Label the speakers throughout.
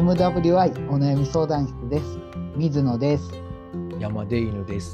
Speaker 1: MWI お悩み相談室です。水野です。
Speaker 2: 山出犬です。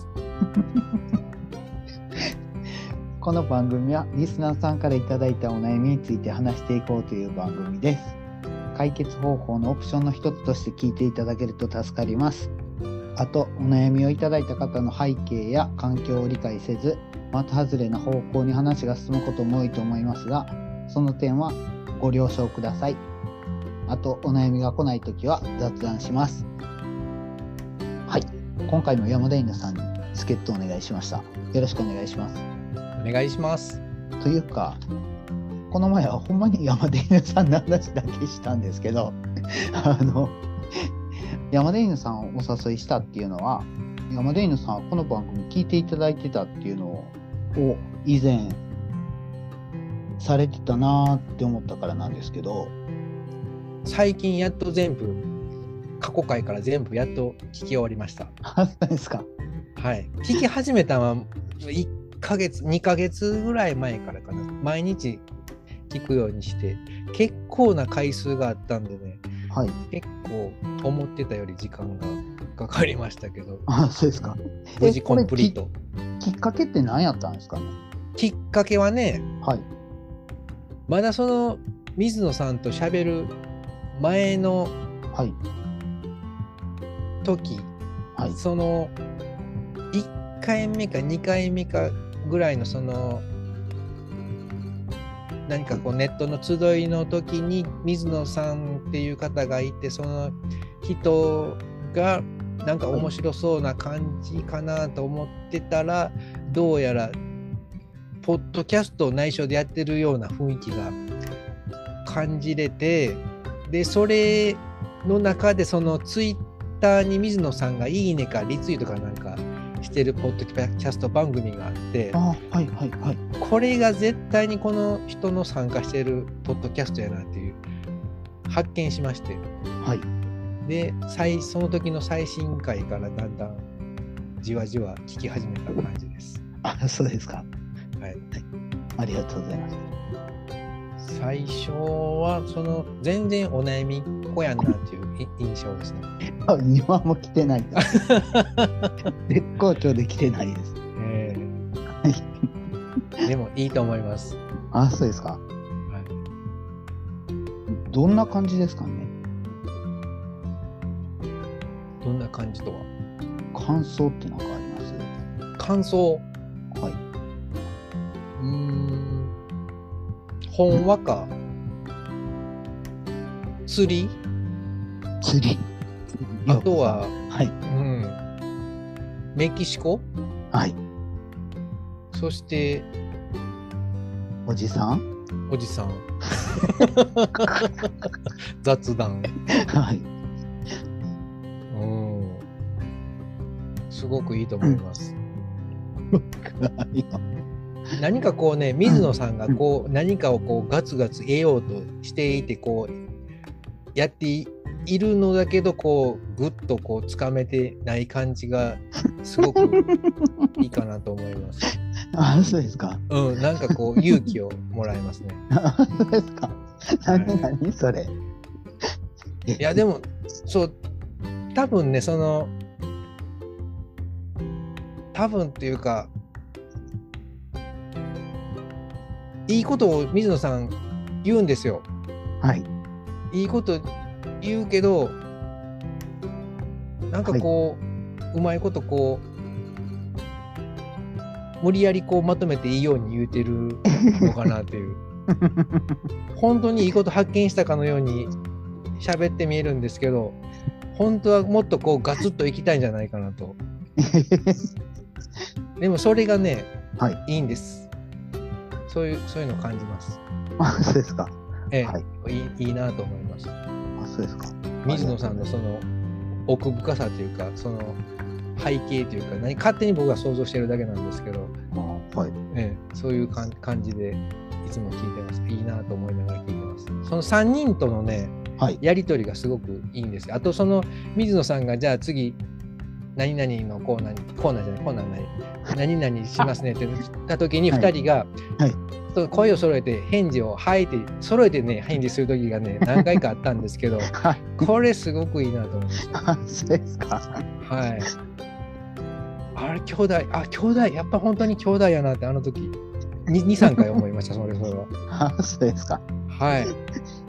Speaker 1: この番組はリスナーさんからいただいたお悩みについて話していこうという番組です。解決方法のオプションの一つとして聞いていただけると助かります。あと、お悩みをいただいた方の背景や環境を理解せず、的外れな方向に話が進むことも多いと思いますが、その点はご了承ください。あと、お悩みが来ないときは雑談します。はい、今回も山田犬さんに助っ人お願いしました。よろしくお願いします。
Speaker 2: お願いします。
Speaker 1: というか、この前はほんまに山田犬さんの話だけしたんですけど山田犬さんをお誘いしたっていうのは、山田犬さんはこの番組聞いていただいてたっていうのを以前されてたなって思ったからなんですけど、
Speaker 2: 最近やっと全部過去回から全部やっと聞き終わりました。
Speaker 1: そうですか。
Speaker 2: はい、聞き始めたのは1ヶ月2ヶ月ぐらい前からかな。毎日聞くようにして結構な回数があったんでね、
Speaker 1: はい、
Speaker 2: 結構思ってたより時間がかかりましたけど、
Speaker 1: そうですか。
Speaker 2: 無事コンプリート。
Speaker 1: きっかけって何やったんですかね。
Speaker 2: きっかけはね、
Speaker 1: はい、
Speaker 2: まだその水野さんと喋る前の時、
Speaker 1: はい、
Speaker 2: その1回目か2回目かぐらいのその何かこうネットの集いの時に水野さんっていう方がいて、その人がなんか面白そうな感じかなと思ってたら、どうやらポッドキャストを内緒でやってるような雰囲気が感じれて、でそれの中でそのツイッターに水野さんがいいねかリツイートかなんかしてるポッドキャスト番組があって、これが絶対にこの人の参加してるポッドキャストやなっていう発見しまして、
Speaker 1: はい、
Speaker 2: でその時の最新回からだんだんじわじわ聞き始めた感じです。
Speaker 1: そうですか。
Speaker 2: はい、
Speaker 1: ありがとうございます。
Speaker 2: 最初はその全然お悩み子やんなっていう印象ですね。
Speaker 1: 今も来てないです。絶好調で来てないです。
Speaker 2: でもいいと思います。
Speaker 1: そうですか。はい、どんな感じですかね。
Speaker 2: どんな感じとは。
Speaker 1: 感想って何かあります？
Speaker 2: 感想。
Speaker 1: はい。
Speaker 2: ほんわか。釣り。あとは、
Speaker 1: はい、
Speaker 2: メキシコ。
Speaker 1: はい。そ
Speaker 2: して
Speaker 1: おじさん
Speaker 2: 雑談。
Speaker 1: はい。
Speaker 2: すごくいいと思います。何かこうね、水野さんがこう何かをこうガツガツ得ようとしていて、こうやっているのだけど、こうぐっとこうつかめてない感じがすごくいいかなと思います。
Speaker 1: そうですか。
Speaker 2: なんかこう勇気をもらえますね。
Speaker 1: そうですか。何それ。
Speaker 2: いやでもそう多分ね、その多分っていうか、いいことを水野さん言うんですよ。
Speaker 1: はい。
Speaker 2: いいこと言うけど、なんかこう、うまいことこう無理やりこうまとめていいように言うてるのかなっていう本当にいいこと発見したかのように喋って見えるんですけど、本当はもっとこうガツッといきたいんじゃないかなとでもそれがね、いいんです。そういうのを感じます。
Speaker 1: そうですか。
Speaker 2: いいなと思います。
Speaker 1: そうですか。
Speaker 2: 水野さんのその奥深さというか、その背景というか、勝手に僕が想像してるだけなんですけど、そういう感じでいつも聞いてます。いいなと思いながら聞いてます。その3人とのね、やり取りがすごくいいんですよ。あとその水野さんがじゃあ次何々の何々しますねって言った時に2人がそう声を揃えて返事を「はい」って揃えてね返事する時がね何回かあったんですけど
Speaker 1: はい。
Speaker 2: これすごくいいなと思いました。
Speaker 1: あ、そうですか。
Speaker 2: はい。あれ兄弟やっぱ本当に兄弟やなってあの時2、3回思いましたそれは。
Speaker 1: あ、そうですか。
Speaker 2: はい。よ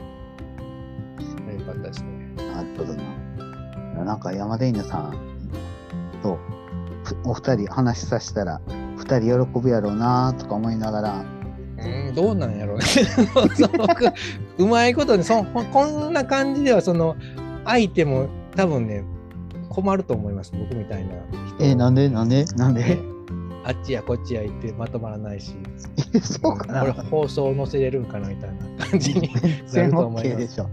Speaker 2: かったですね。
Speaker 1: なるほどな。なんか山田犬さんとお二人話させたら二人喜ぶやろうなとか思いながら、
Speaker 2: どうなんやろうねうまいことにこんな感じでは相手も多分ね困ると思います僕みたいな人。
Speaker 1: なんで
Speaker 2: あっちやこっちや言ってまとまらないし、
Speaker 1: そうかな。
Speaker 2: これ放送載せれるんかなみたいな感じになると思い
Speaker 1: 全然 OK
Speaker 2: ま。
Speaker 1: ですしょ。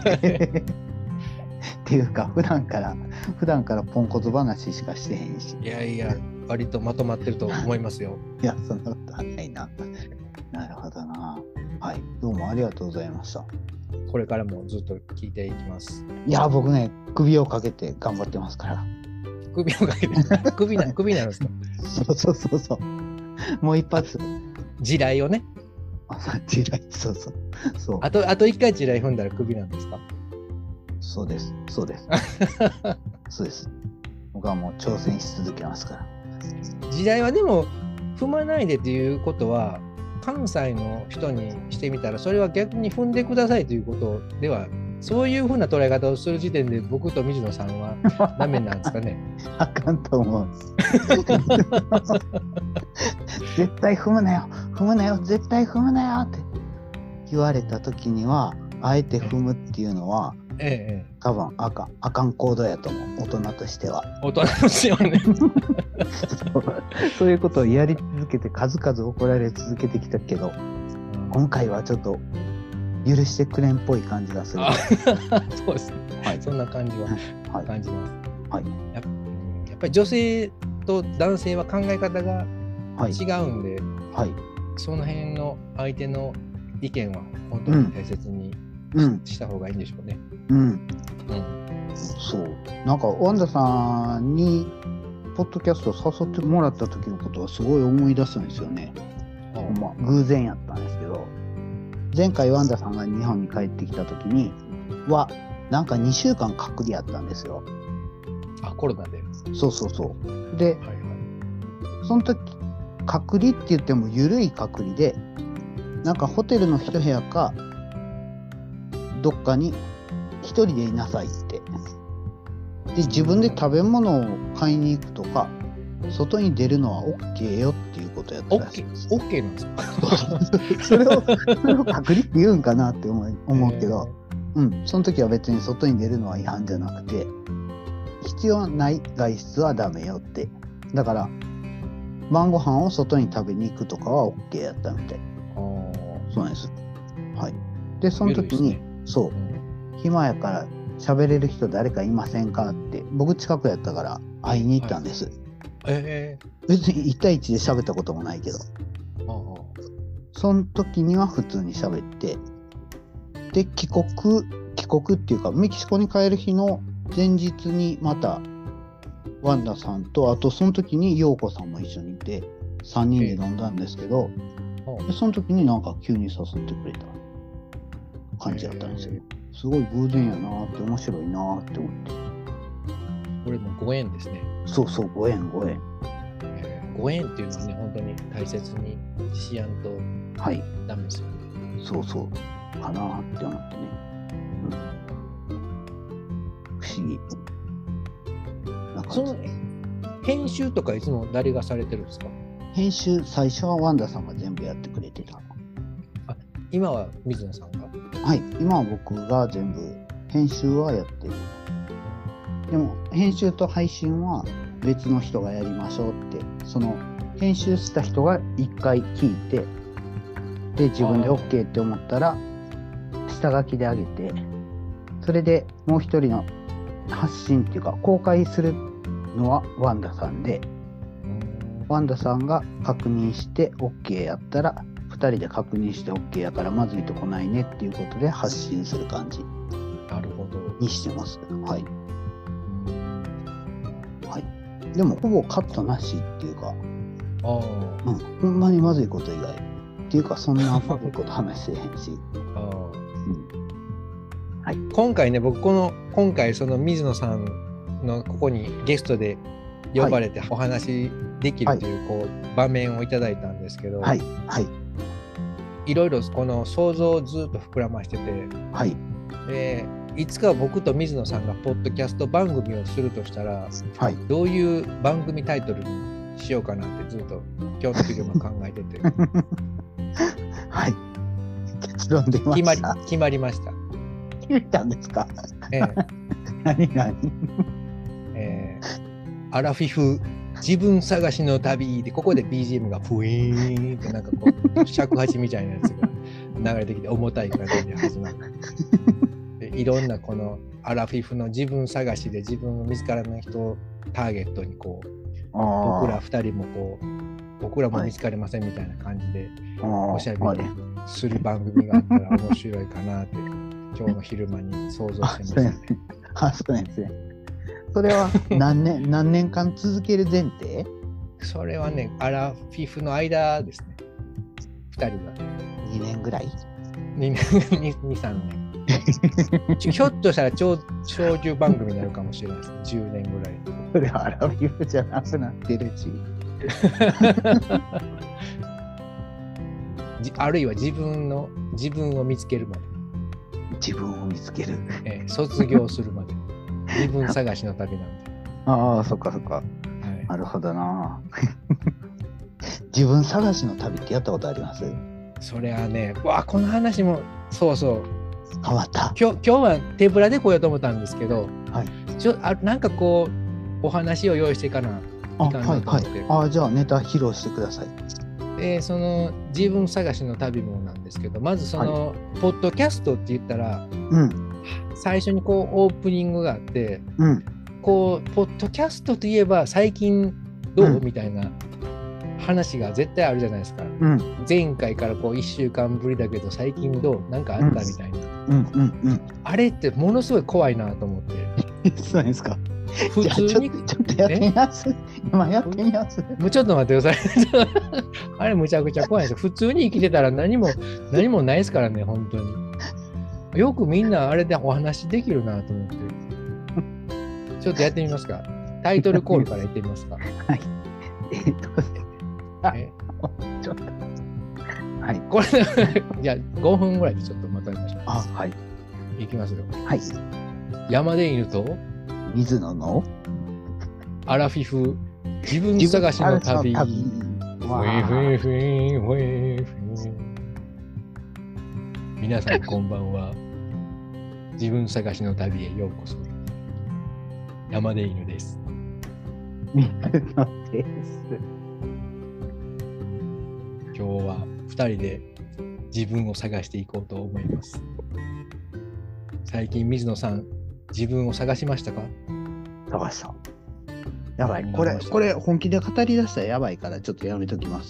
Speaker 1: っていうか普段からポンコツ話しかしてへんし。
Speaker 2: いやいや割とまとまってると思いますよ。
Speaker 1: いや、そんなことはないな。なるほどな。はい、どうもありがとうございました。
Speaker 2: これからもずっと聞いていきます。
Speaker 1: いや、僕ね、首をかけて頑張ってますから。
Speaker 2: 首をかけて首になるんですか。
Speaker 1: そう。もう一発。
Speaker 2: 地雷をね。
Speaker 1: 地雷、そう。
Speaker 2: あと一回地雷踏んだら首なんですか。
Speaker 1: そうです。そうです。僕はもう挑戦し続けますから。
Speaker 2: 地雷はでも踏まないでということは関西の人にしてみたらそれは逆に踏んでくださいということではそういうふうな捉え方をする時点で僕と水野さんはダメなんですかね。
Speaker 1: あかんと思う。絶対踏むなよ絶対踏むなよって言われた時にはあえて踏むっていうのは、多分あかん行動やと思う。大人としては。
Speaker 2: 大人としてはね
Speaker 1: そういうことをやり続けて数々怒られ続けてきたけど、今回はちょっと許してくれんっぽい感じがする。
Speaker 2: そうですね、はい、そんな感じは感じます、
Speaker 1: はい。
Speaker 2: やっぱり女性と男性は考え方が違うんで、
Speaker 1: はい、
Speaker 2: その辺の相手の意見は本当に大切にした方がいいんでしょうね。
Speaker 1: そう。なんかワンダさんにポッドキャスト誘ってもらった時のことはすごい思い出すんですよね。偶然やったんですけど、前回ワンダさんが日本に帰ってきた時にはなんか2週間隔離やったんですよ。
Speaker 2: コロナで。
Speaker 1: そうで、その時隔離って言っても緩い隔離で、なんかホテルの一部屋かどっかに一人でいなさいって。で、自分で食べ物を買いに行くとか外に出るのは OK よっていうことやったらしいです。
Speaker 2: OK なんですか。
Speaker 1: それを隔離って言うんかなって思うけど、その時は別に外に出るのは違反じゃなくて、必要ない外出はダメよって。だから晩ご飯を外に食べに行くとかは OK やったみたい。そうなんです。はい。でその時に、暇やから喋れる人誰かいませんかって、僕近くやったから会いに行ったんです。別に1対1で喋ったこともないけど、その時には普通に喋って、で帰国っていうかメキシコに帰る日の前日にまたワンダさんと、あとその時に陽子さんも一緒にいて3人で飲んだんですけど、でその時になんか急に誘ってくれた感じだったんですよ。すごい偶然やなって、面白いなって思って。
Speaker 2: これもご縁ですね。
Speaker 1: そうご縁。
Speaker 2: ご縁っていうのはね、本当に大切にしやんとダメですよね。
Speaker 1: そうかなって思ってね。不思議。
Speaker 2: その編集とかいつも誰がされてるんですか？
Speaker 1: 編集最初はワンダさんが全部やってくれてた。
Speaker 2: 今は水野さんが？
Speaker 1: はい、今は僕が全部編集はやってる。でも編集と配信は別の人がやりましょうって、その編集した人が一回聞いて、で自分で OK って思ったら下書きで上げて、それでもう一人の発信っていうか公開するのはワンダさんで、ワンダさんが確認して OK やったら2人で確認して OK やからまずいとこないねっていうことで発信する感じにしてます。でもほぼカットなしっていうか、ほんまにまずいこと以外っていうかそんな深いこと話してへんし、はい、
Speaker 2: 今回ね、僕今回その水野さんのここにゲストで呼ばれてお話できるという、こう場面をいただいたんですけど、
Speaker 1: はいはい、
Speaker 2: いろいろこの想像をずっと膨らましてて、
Speaker 1: はい、
Speaker 2: いつか僕と水野さんがポッドキャスト番組をするとしたら、
Speaker 1: はい、
Speaker 2: どういう番組タイトルにしようかなってずっと今日の昼間考えてて
Speaker 1: はい、結論出ました。
Speaker 2: 決まりました。
Speaker 1: 決めたんですか？何
Speaker 2: アラフィフ自分探しの旅で、ここで BGM がフィーンってなんかこう尺八みたいなやつが流れてきて重たい感じで始まるで、いろんなこのアラフィフの自分探しで自分の自らの人をターゲットにこう僕ら2人もこう僕らも見つかりませんみたいな感じでおしゃべりする番組があったら面白いかなって今日の昼間に想像してましたね。
Speaker 1: そうなんですね。それは何年間続ける前提？
Speaker 2: それはね、アラフィフの間ですね。2人が。
Speaker 1: 2年ぐらい
Speaker 2: ?2、3年。ひょっとしたら長寿番組になるかもしれないですね。10年ぐらい。
Speaker 1: それはアラフィフじゃなくなってるし。
Speaker 2: あるいは自分を見つけるまで。
Speaker 1: 自分を見つける。
Speaker 2: 卒業するまで。自分探しの旅なんで。
Speaker 1: ああ、そっかそっか。はい、なるほどな。自分探しの旅ってやったことあります？
Speaker 2: それはね、この話もそうそう。
Speaker 1: 変わった。
Speaker 2: 今日は手ぶらで来ようと思ったんですけど、
Speaker 1: はい、
Speaker 2: なんかこうお話を用意していかないかなと思って。
Speaker 1: はいはい、じゃあネタ披露してください。
Speaker 2: その自分探しの旅もなんですけど、まずその、ポッドキャストって言ったら、最初にこうオープニングがあって、こうポッドキャストといえば最近どう、みたいな話が絶対あるじゃないですか。前回からこう1週間ぶりだけど最近どうなんかあったみたいな。あれってものすごい怖いなと思って。
Speaker 1: そうですか。
Speaker 2: 普通に
Speaker 1: ちょっとやってみます。今やってみます。
Speaker 2: もうちょっと待ってください。あれむちゃくちゃ怖いですよ。普通に生きてたら何もないですからね、本当に。よくみんなあれでお話できるなと思って。ちょっとやってみますか。タイトルコールから言ってみますか。
Speaker 1: はい。ちょっと。はい。
Speaker 2: これ、じゃあ5分ぐらいでちょっとまとめましょう。
Speaker 1: はい。
Speaker 2: いきますよ。
Speaker 1: はい。
Speaker 2: 山で犬と
Speaker 1: 水野の
Speaker 2: アラフィフ自分探しの旅。皆さんこんばんは。自分探しの旅へようこそ。山で犬です。
Speaker 1: 水野です。
Speaker 2: 今日は2人で自分を探していこうと思います。最近水野さん、自分を探しましたか？
Speaker 1: 探した。やばい。これ本気で語り出したらやばいからちょっとやめときます。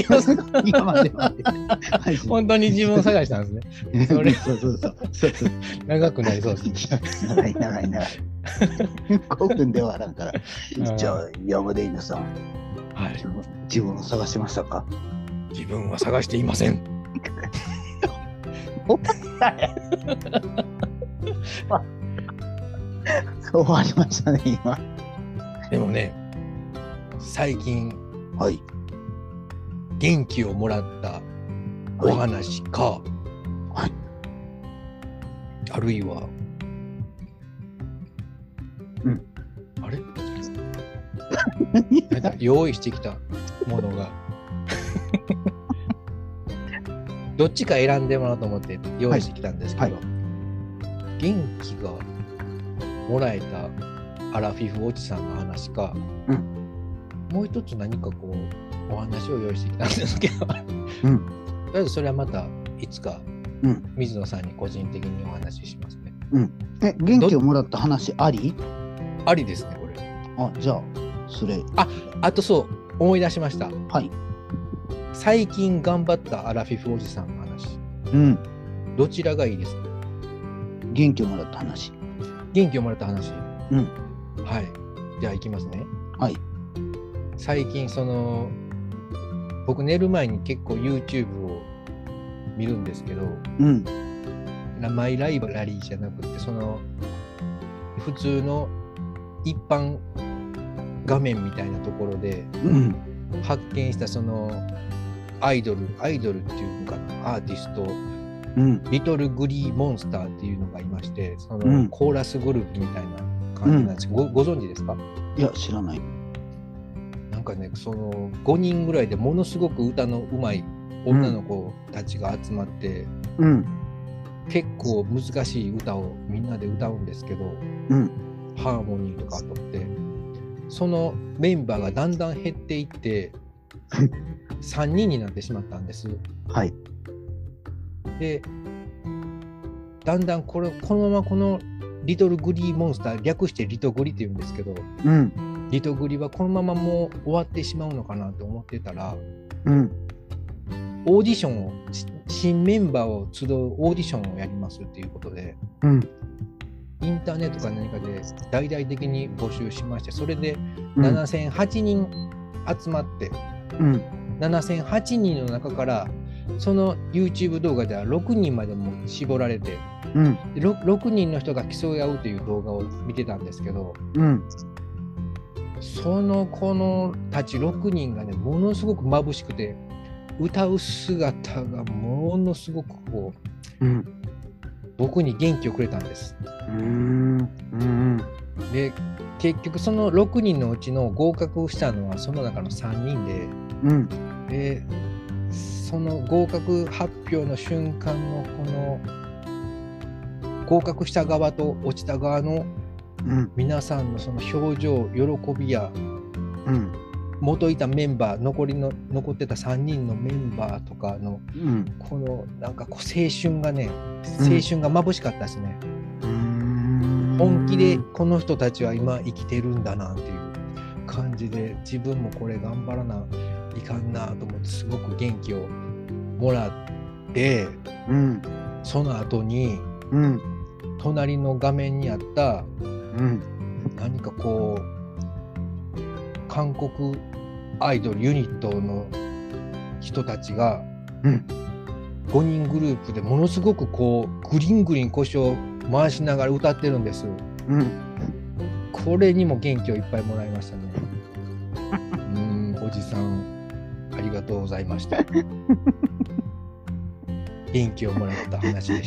Speaker 2: 本当に自分を探したんですね。それ
Speaker 1: そう。
Speaker 2: 長くなりそうですね。
Speaker 1: 長い。5分ではあらんから。じゃあ山で犬さん、はい、自分を探しましたか？
Speaker 2: 自分は探していません。
Speaker 1: 終わりましたね今。
Speaker 2: でもね、最近、
Speaker 1: はい、
Speaker 2: 元気をもらったお話か、
Speaker 1: はい、
Speaker 2: あるいは、あれなんか用意してきたものがどっちか選んでもらおうと思って用意してきたんですけど、元気がもらえたアラフィフおじさんの話か、もう一つ何かこうお話を用意してきたんですけど、とりあえずそれはまたいつか水野さんに個人的にお話ししますね。
Speaker 1: 元気をもらった話あり？
Speaker 2: ありですね、これ。
Speaker 1: じゃあそれ。
Speaker 2: あとそう思い出しました。
Speaker 1: はい。
Speaker 2: 最近頑張ったアラフィフおじさんの話。どちらがいいですか？
Speaker 1: 元気をもらった話。
Speaker 2: 元気をもらった話。はい。じゃあ行きますね。
Speaker 1: はい。
Speaker 2: 最近僕寝る前に結構 YouTube を見るんですけど、
Speaker 1: うん
Speaker 2: マイライブラリーじゃなくて、その普通の一般画面みたいなところで
Speaker 1: うん
Speaker 2: 発見したそのアイドルっていうのかな、アーティスト、
Speaker 1: うん
Speaker 2: リトルグリーモンスターっていうのがいまして、その
Speaker 1: うん
Speaker 2: コーラスグループみたいな感じなんですけど、ご存知ですか？
Speaker 1: いや知らない。
Speaker 2: なんかね、その5人ぐらいでものすごく歌のうまい女の子たちが集まって、
Speaker 1: うん
Speaker 2: 結構難しい歌をみんなで歌うんですけど、
Speaker 1: うん
Speaker 2: ハーモニーとかとって、そのメンバーがだんだん減っていって3人になってしまったんです。
Speaker 1: はい。
Speaker 2: でだんだんこのままこのリトルグリーモンスター、略してリトグリって言うんですけど、
Speaker 1: うん
Speaker 2: リトグリはこのままもう終わってしまうのかなと思ってたら、
Speaker 1: うん
Speaker 2: オーディションを、新メンバーを集うオーディションをやりますっていうことで、
Speaker 1: うん
Speaker 2: インターネットか何かで大々的に募集しまして、それで
Speaker 1: うん
Speaker 2: 7008人集まって、
Speaker 1: うん
Speaker 2: 7008人の中からその YouTube 動画では6人までも絞られて、
Speaker 1: うん
Speaker 2: で 6人の人が競い合うという動画を見てたんですけど、
Speaker 1: うん
Speaker 2: その子のたち6人がね、ものすごく眩しくて、歌う姿がものすごくこう
Speaker 1: うん
Speaker 2: 僕に元気をくれたんです。
Speaker 1: うん
Speaker 2: で結局その6人のうちの合格したのはその中の3人で、
Speaker 1: うん
Speaker 2: でその合格発表の瞬間のこの合格した側と落ちた側の
Speaker 1: うん
Speaker 2: 皆さんのその表情、喜びや、
Speaker 1: うん
Speaker 2: 元いたメンバー、残ってた3人のメンバーとかの
Speaker 1: うん
Speaker 2: このなんかこう青春がね、青春が眩しかったですね。本気でこの人たちは今生きてるんだなっていう感じで、自分もこれ頑張らないかんなと思ってすごく元気をもらって、
Speaker 1: うん
Speaker 2: その後に
Speaker 1: うん
Speaker 2: 隣の画面にあった
Speaker 1: うん
Speaker 2: 何かこう韓国アイドルユニットの人たちが
Speaker 1: うん
Speaker 2: 5人グループでものすごくこうグリングリン腰を回しながら歌ってるんです。
Speaker 1: うん
Speaker 2: これにも元気をいっぱいもらいましたね。おじさんありがとうございました。元気をもらった話でした。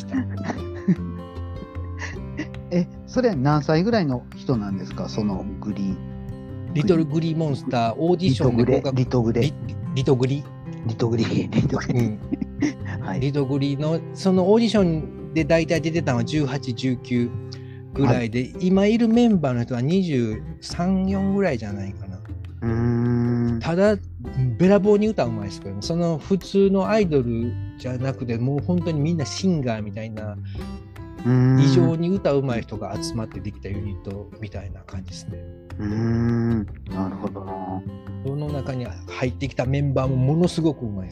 Speaker 1: それは何歳ぐらいの人なんですか？そのグリ
Speaker 2: リトルグリーモンスターオーディションで合格。
Speaker 1: リトグレ
Speaker 2: リトグリ、
Speaker 1: リトグリはい
Speaker 2: リトグリのそのオーディションで大体出てたのは18、19ぐらいで、はい、今いるメンバーの人は23、4ぐらいじゃないかな。ただべらぼうに歌うまいですけど、ね、その普通のアイドルじゃなくて、もう本当にみんなシンガーみたいな異常に歌うまい人が集まってできたユニットみたいな感じですね。
Speaker 1: なるほどな。
Speaker 2: その中に入ってきたメンバーもものすごくうまいです。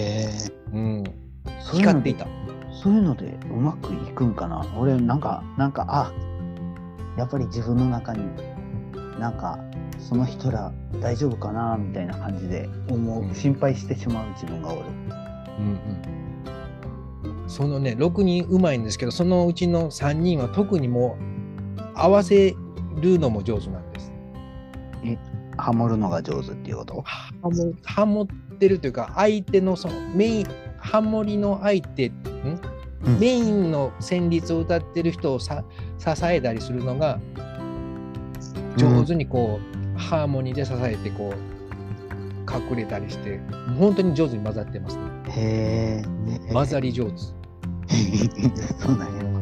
Speaker 2: 光っていた。
Speaker 1: そういうのでうまくいくんかな。俺なんかやっぱり自分の中になんかその人ら大丈夫かなみたいな感じで心配してしまう自分がおる。
Speaker 2: そのね6人うまいんですけど、そのうちの3人は特にもう合わせるのも上手なんです。
Speaker 1: ハモるのが上手っていうこと？
Speaker 2: ハモってるというか、相手のそのメインハモリの相手、メインの旋律を歌ってる人を支えたりするのが上手にこう、ハーモニーで支えてこう隠れたりして、本当に上手に混ざってますね。混ざり上手。
Speaker 1: そうなんや。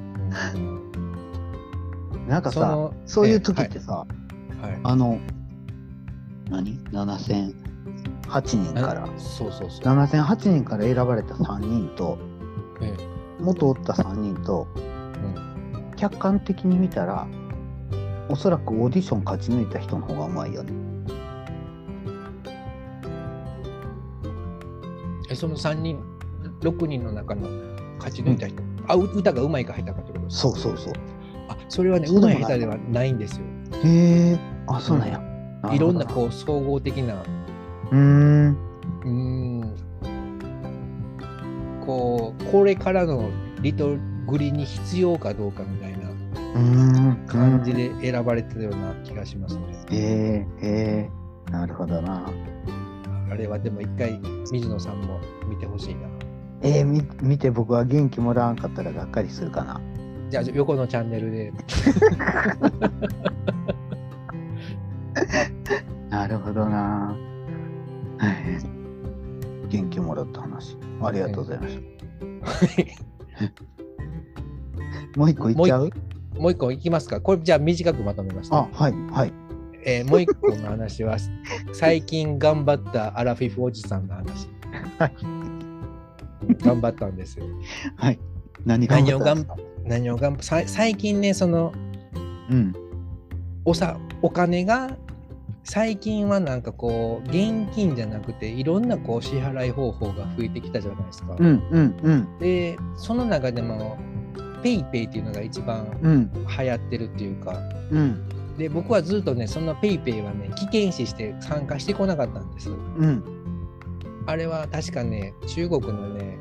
Speaker 1: なんかさ、そういう時ってさ、7008人から7008人から選ばれた3人と、元おった3人と、客観的に見たらおそらくオーディション勝ち抜いた人の方がうまいよね。
Speaker 2: その3人6人の中の勝ち抜いた人、歌がうまいか下手かってことですか？そう。それはね、うまい下手ではないんですよ。
Speaker 1: そうなんや。
Speaker 2: いろんなこう総合的なこれからのリトグリに必要かどうかみたいな感じで選ばれてたような気がしますね。
Speaker 1: なるほどな。
Speaker 2: あれはでも一回水野さんも見てほしいな。
Speaker 1: 見て僕は元気もらわんかったらがっかりするかな。
Speaker 2: じゃあ横のチャンネルで。
Speaker 1: なるほどな。元気もらった話。ありがとうございました。もう一個いっちゃう？
Speaker 2: もう一個いきますか。これじゃあ短くまとめます、ね。
Speaker 1: はい。
Speaker 2: もう一個の話は最近頑張ったアラフィフおじさんの話。頑張ったんですよ。
Speaker 1: はい。何を頑
Speaker 2: 張った最近ね、その、お金が最近はなんかこう現金じゃなくていろんなこう支払い方法が増えてきたじゃないですか。でその中でもペイペイっていうのが一番流行ってるっていうか、で僕はずっとねそのペイペイはね危険視して参加してこなかったんです。あれは確かね中国のね、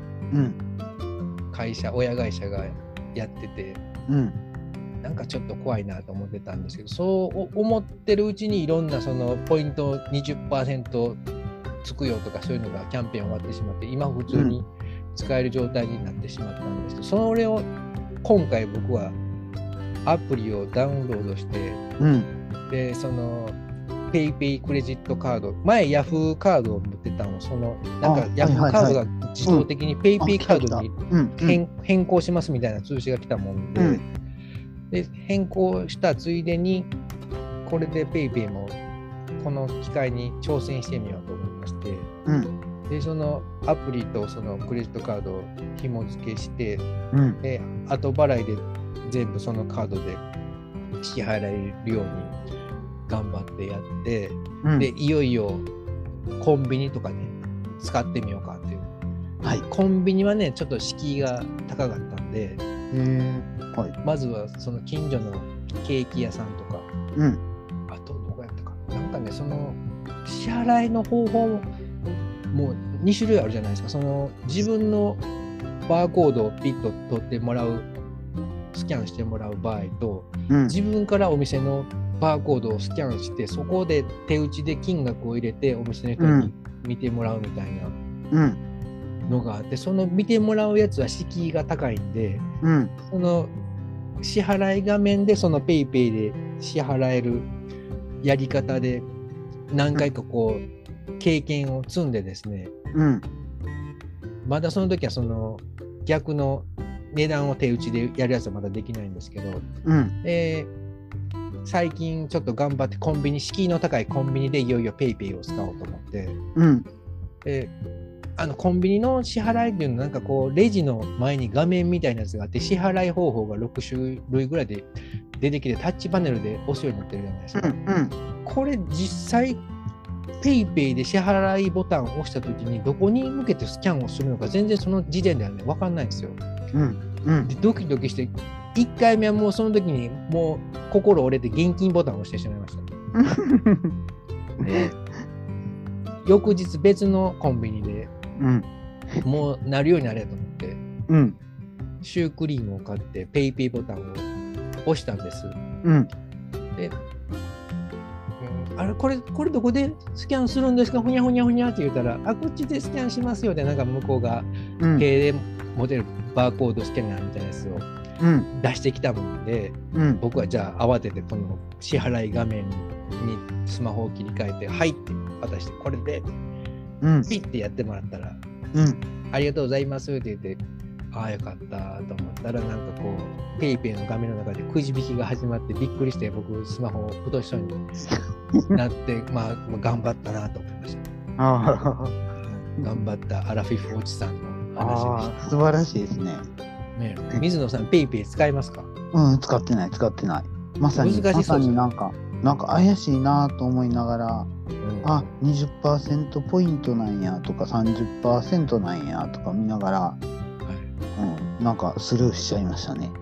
Speaker 2: 親会社がやってて、なんかちょっと怖いなと思ってたんですけど、そう思ってるうちにいろんなそのポイント 20% つくよとかそういうのがキャンペーン終わってしまって今普通に使える状態になってしまったんですけど、それを今回僕はアプリをダウンロードして、でそのペイペイクレジットカード、前ヤフーカードを持ってたの、そのなんかヤフーカードが自動的にペイペイカードに変更しますみたいな通知が来たもんで、で変更したついでにこれでペイペイもこの機会に挑戦してみようと思いまして、でそのアプリとそのクレジットカードを紐付けして、で後払いで全部そのカードで支払えるように頑張ってやって、でいよいよコンビニとかね使ってみようかっていう、コンビニはねちょっと敷居が高かったんで、まずはその近所のケーキ屋さんとか、あとどこやったかな、なんかねその支払いの方法もう2種類あるじゃないですか。その自分のバーコードをピッと取ってもらう、スキャンしてもらう場合と、自分からお店のバーコードをスキャンしてそこで手打ちで金額を入れてお店の人に見てもらうみたいなのがあって、その見てもらうやつは敷居が高いんで、その支払い画面でそのペイペイで支払えるやり方で何回かこう経験を積んでですね、まだその時はその逆の値段を手打ちでやるやつはまだできないんですけど、最近ちょっと頑張ってコンビニ、敷居の高いコンビニでいよいよペイペイを使おうと思って、コンビニの支払いっていうのはなんかこうレジの前に画面みたいなやつがあって、支払い方法が6種類ぐらいで出てきてタッチパネルで押すようになってるじゃないですか。これ実際ペイペイで支払いボタンを押した時にどこに向けてスキャンをするのか全然その時点ではね分かんないんですよ。でドキドキして1回目はもうその時にもう心折れて現金ボタンを押してしまいました。で翌日別のコンビニでもうなるようになれと思って、シュークリームを買ってペイペイボタンを押したんです。であれこれどこでスキャンするんですか、ふにゃふにゃふにゃって言ったら、こっちでスキャンしますよで、なんか向こうが手で持てるバーコードスキャナーみたいなやつを出してきたもんで、僕はじゃあ慌ててこの支払い画面にスマホを切り替えて、はいって渡して、これでピッてやってもらったら、ありがとうございますって言って、ああよかったと思ったら、なんかこうペイペイの画面の中でくじ引きが始まってびっくりして、僕スマホを落としそうになってまあ頑張ったなと思いました。頑張ったアラフィフおじさんの話でした。
Speaker 1: 素晴らしいですね。
Speaker 2: 水野さんペイペイ使いますか？
Speaker 1: 使ってない。まさになんか怪しいなと思いながら、20% ポイントなんやとか 30% なんやとか見ながら、なんかスルーしちゃいましたね。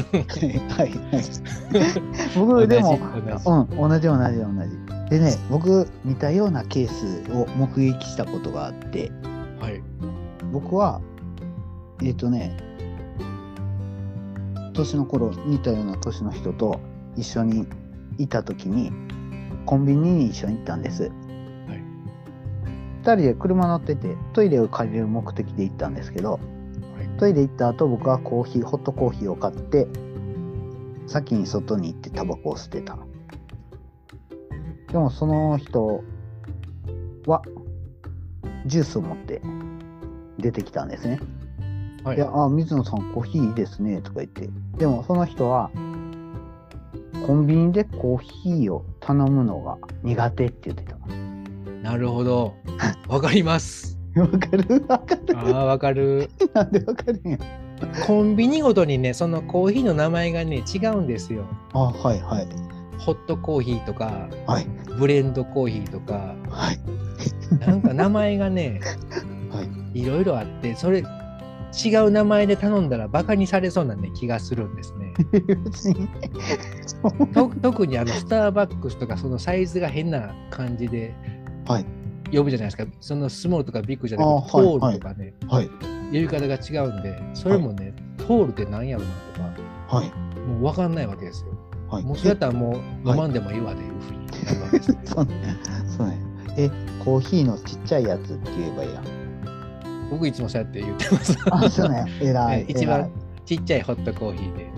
Speaker 1: 僕でも同じ。でね、僕似たようなケースを目撃したことがあって、僕は年の頃、似たような年の人と一緒にいた時にコンビニに一緒に行ったんです。
Speaker 2: はい、
Speaker 1: 2人で車乗っててトイレを借りる目的で行ったんですけど、
Speaker 2: はい、
Speaker 1: トイレ行った後僕はホットコーヒーを買って先に外に行ってタバコを捨てた。でもその人はジュースを持って出てきたんですね。
Speaker 2: はい、
Speaker 1: いや、水野さんコーヒーいいですねとか言って。でもその人はコンビニでコーヒーを頼むのが苦手って言ってた。
Speaker 2: なるほど。わかります。
Speaker 1: わかるわかる。
Speaker 2: わかる。
Speaker 1: なんでわかるんや。
Speaker 2: コンビニごとにね、そのコーヒーの名前がね、違うんですよ。
Speaker 1: はいはい。
Speaker 2: ホットコーヒーとか、
Speaker 1: はい、
Speaker 2: ブレンドコーヒーとか、
Speaker 1: はい、
Speaker 2: なんか名前がね、
Speaker 1: はい、
Speaker 2: いろいろあって、それ違う名前で頼んだらバカにされそうな、ね、気がするんですね。
Speaker 1: 別に
Speaker 2: 特にスターバックスとかそのサイズが変な感じで呼ぶじゃないですか。そのスモールとかビッグじゃなくてトールとかね、
Speaker 1: はい、
Speaker 2: 呼び方が違うんで、それもね、トールって何やろなとか、
Speaker 1: はい、
Speaker 2: もう分かんないわけですよ。
Speaker 1: はい、
Speaker 2: もうそれやったらもう飲まんでもいいわでいうふうになるわけですね。
Speaker 1: そうね。コーヒーのちっちゃいやつって言えばいいやん。
Speaker 2: 僕いつもそうやって言ってます。
Speaker 1: そうね。偉い。
Speaker 2: 一番ちっちゃいホットコーヒーで。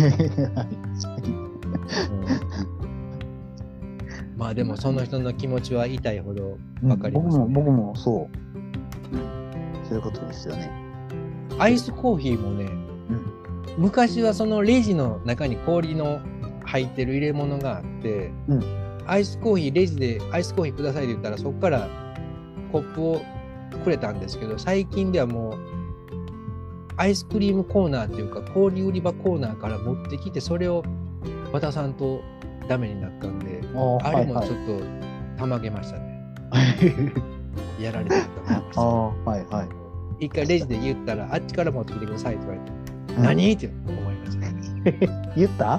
Speaker 2: まあでもその人の気持ちは痛いほど分かりますね。
Speaker 1: 僕もそう。そういうことですよね。
Speaker 2: アイスコーヒーもね、昔はそのレジの中に氷の入ってる入れ物があって、アイスコーヒーレジでアイスコーヒーくださいって言ったらそこからコップをくれたんですけど、最近ではもうアイスクリームコーナーっていうか氷売り場コーナーから持ってきてそれを渡さんとダメになったんで、あれもちょっとたまげましたね。やられたと思いました。一回レジで言ったらあっちから持ってきてくださいって言われて、何って思いましたね。
Speaker 1: 言った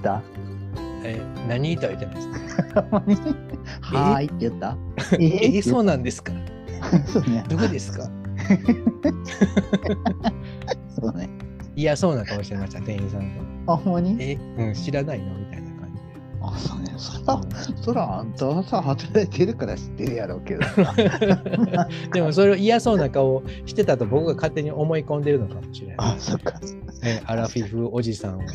Speaker 2: 何とは言ってないですね。
Speaker 1: はいって言った。
Speaker 2: そうなんですか。
Speaker 1: そうね。
Speaker 2: どこですか。
Speaker 1: そうね。
Speaker 2: いや、そうな顔してました、店員さんが。
Speaker 1: ほんまに？
Speaker 2: 知らないのみたいな感じで。
Speaker 1: そうね。そらあんたはさ、働いてるから知ってるやろうけど。
Speaker 2: でもそれを嫌そうな顔をしてたと僕が勝手に思い込んでるのかもしれない。
Speaker 1: そっか。
Speaker 2: アラフィフおじさんを。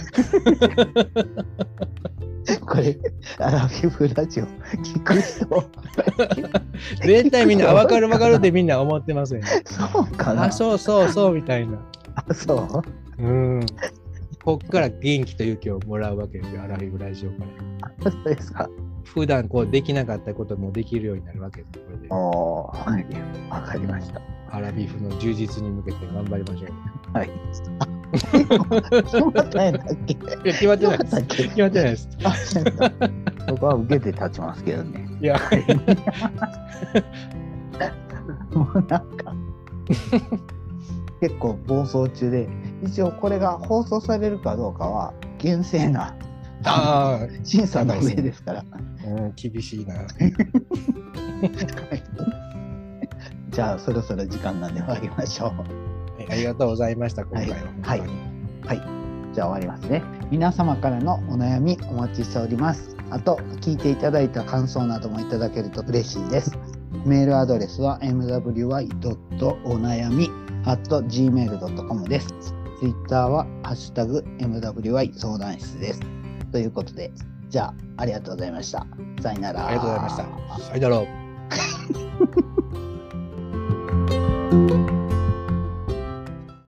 Speaker 1: これ、アラフィフラジオ聞く人
Speaker 2: 絶対みんな分かるってみんな思ってますよね。
Speaker 1: そうかな。
Speaker 2: そうみたいな。
Speaker 1: そう。
Speaker 2: こっから元気と勇気をもらうわけですよ、アラフィフラジオから。
Speaker 1: そうですか。
Speaker 2: 普段こうできなかったこともできるようになるわけです、これで。
Speaker 1: はい、わかりました。
Speaker 2: アラフィフの充実に向けて頑張りましょう。
Speaker 1: はい。決まったんだっけ？
Speaker 2: 決まってないです。決まってないです。
Speaker 1: 僕は受けて立ちますけどね。
Speaker 2: いや。
Speaker 1: もうなんか結構暴走中で、一応これが放送されるかどうかは厳正な審査の上ですから。
Speaker 2: 厳しいな。
Speaker 1: じゃあそろそろ時間なんで終わりましょう。
Speaker 2: ありがとうございました。今回は
Speaker 1: はい。じゃあ終わりますね。皆様からのお悩みお待ちしております。あと聞いていただいた感想などもいただけると嬉しいです。メールアドレスは mwy.onayami@gmail.com です。ツイッターはハッシュタグ MWY 相談室です。ということで、じゃあありがとうございました。さよなら。
Speaker 2: ありがとうございました。さよなら。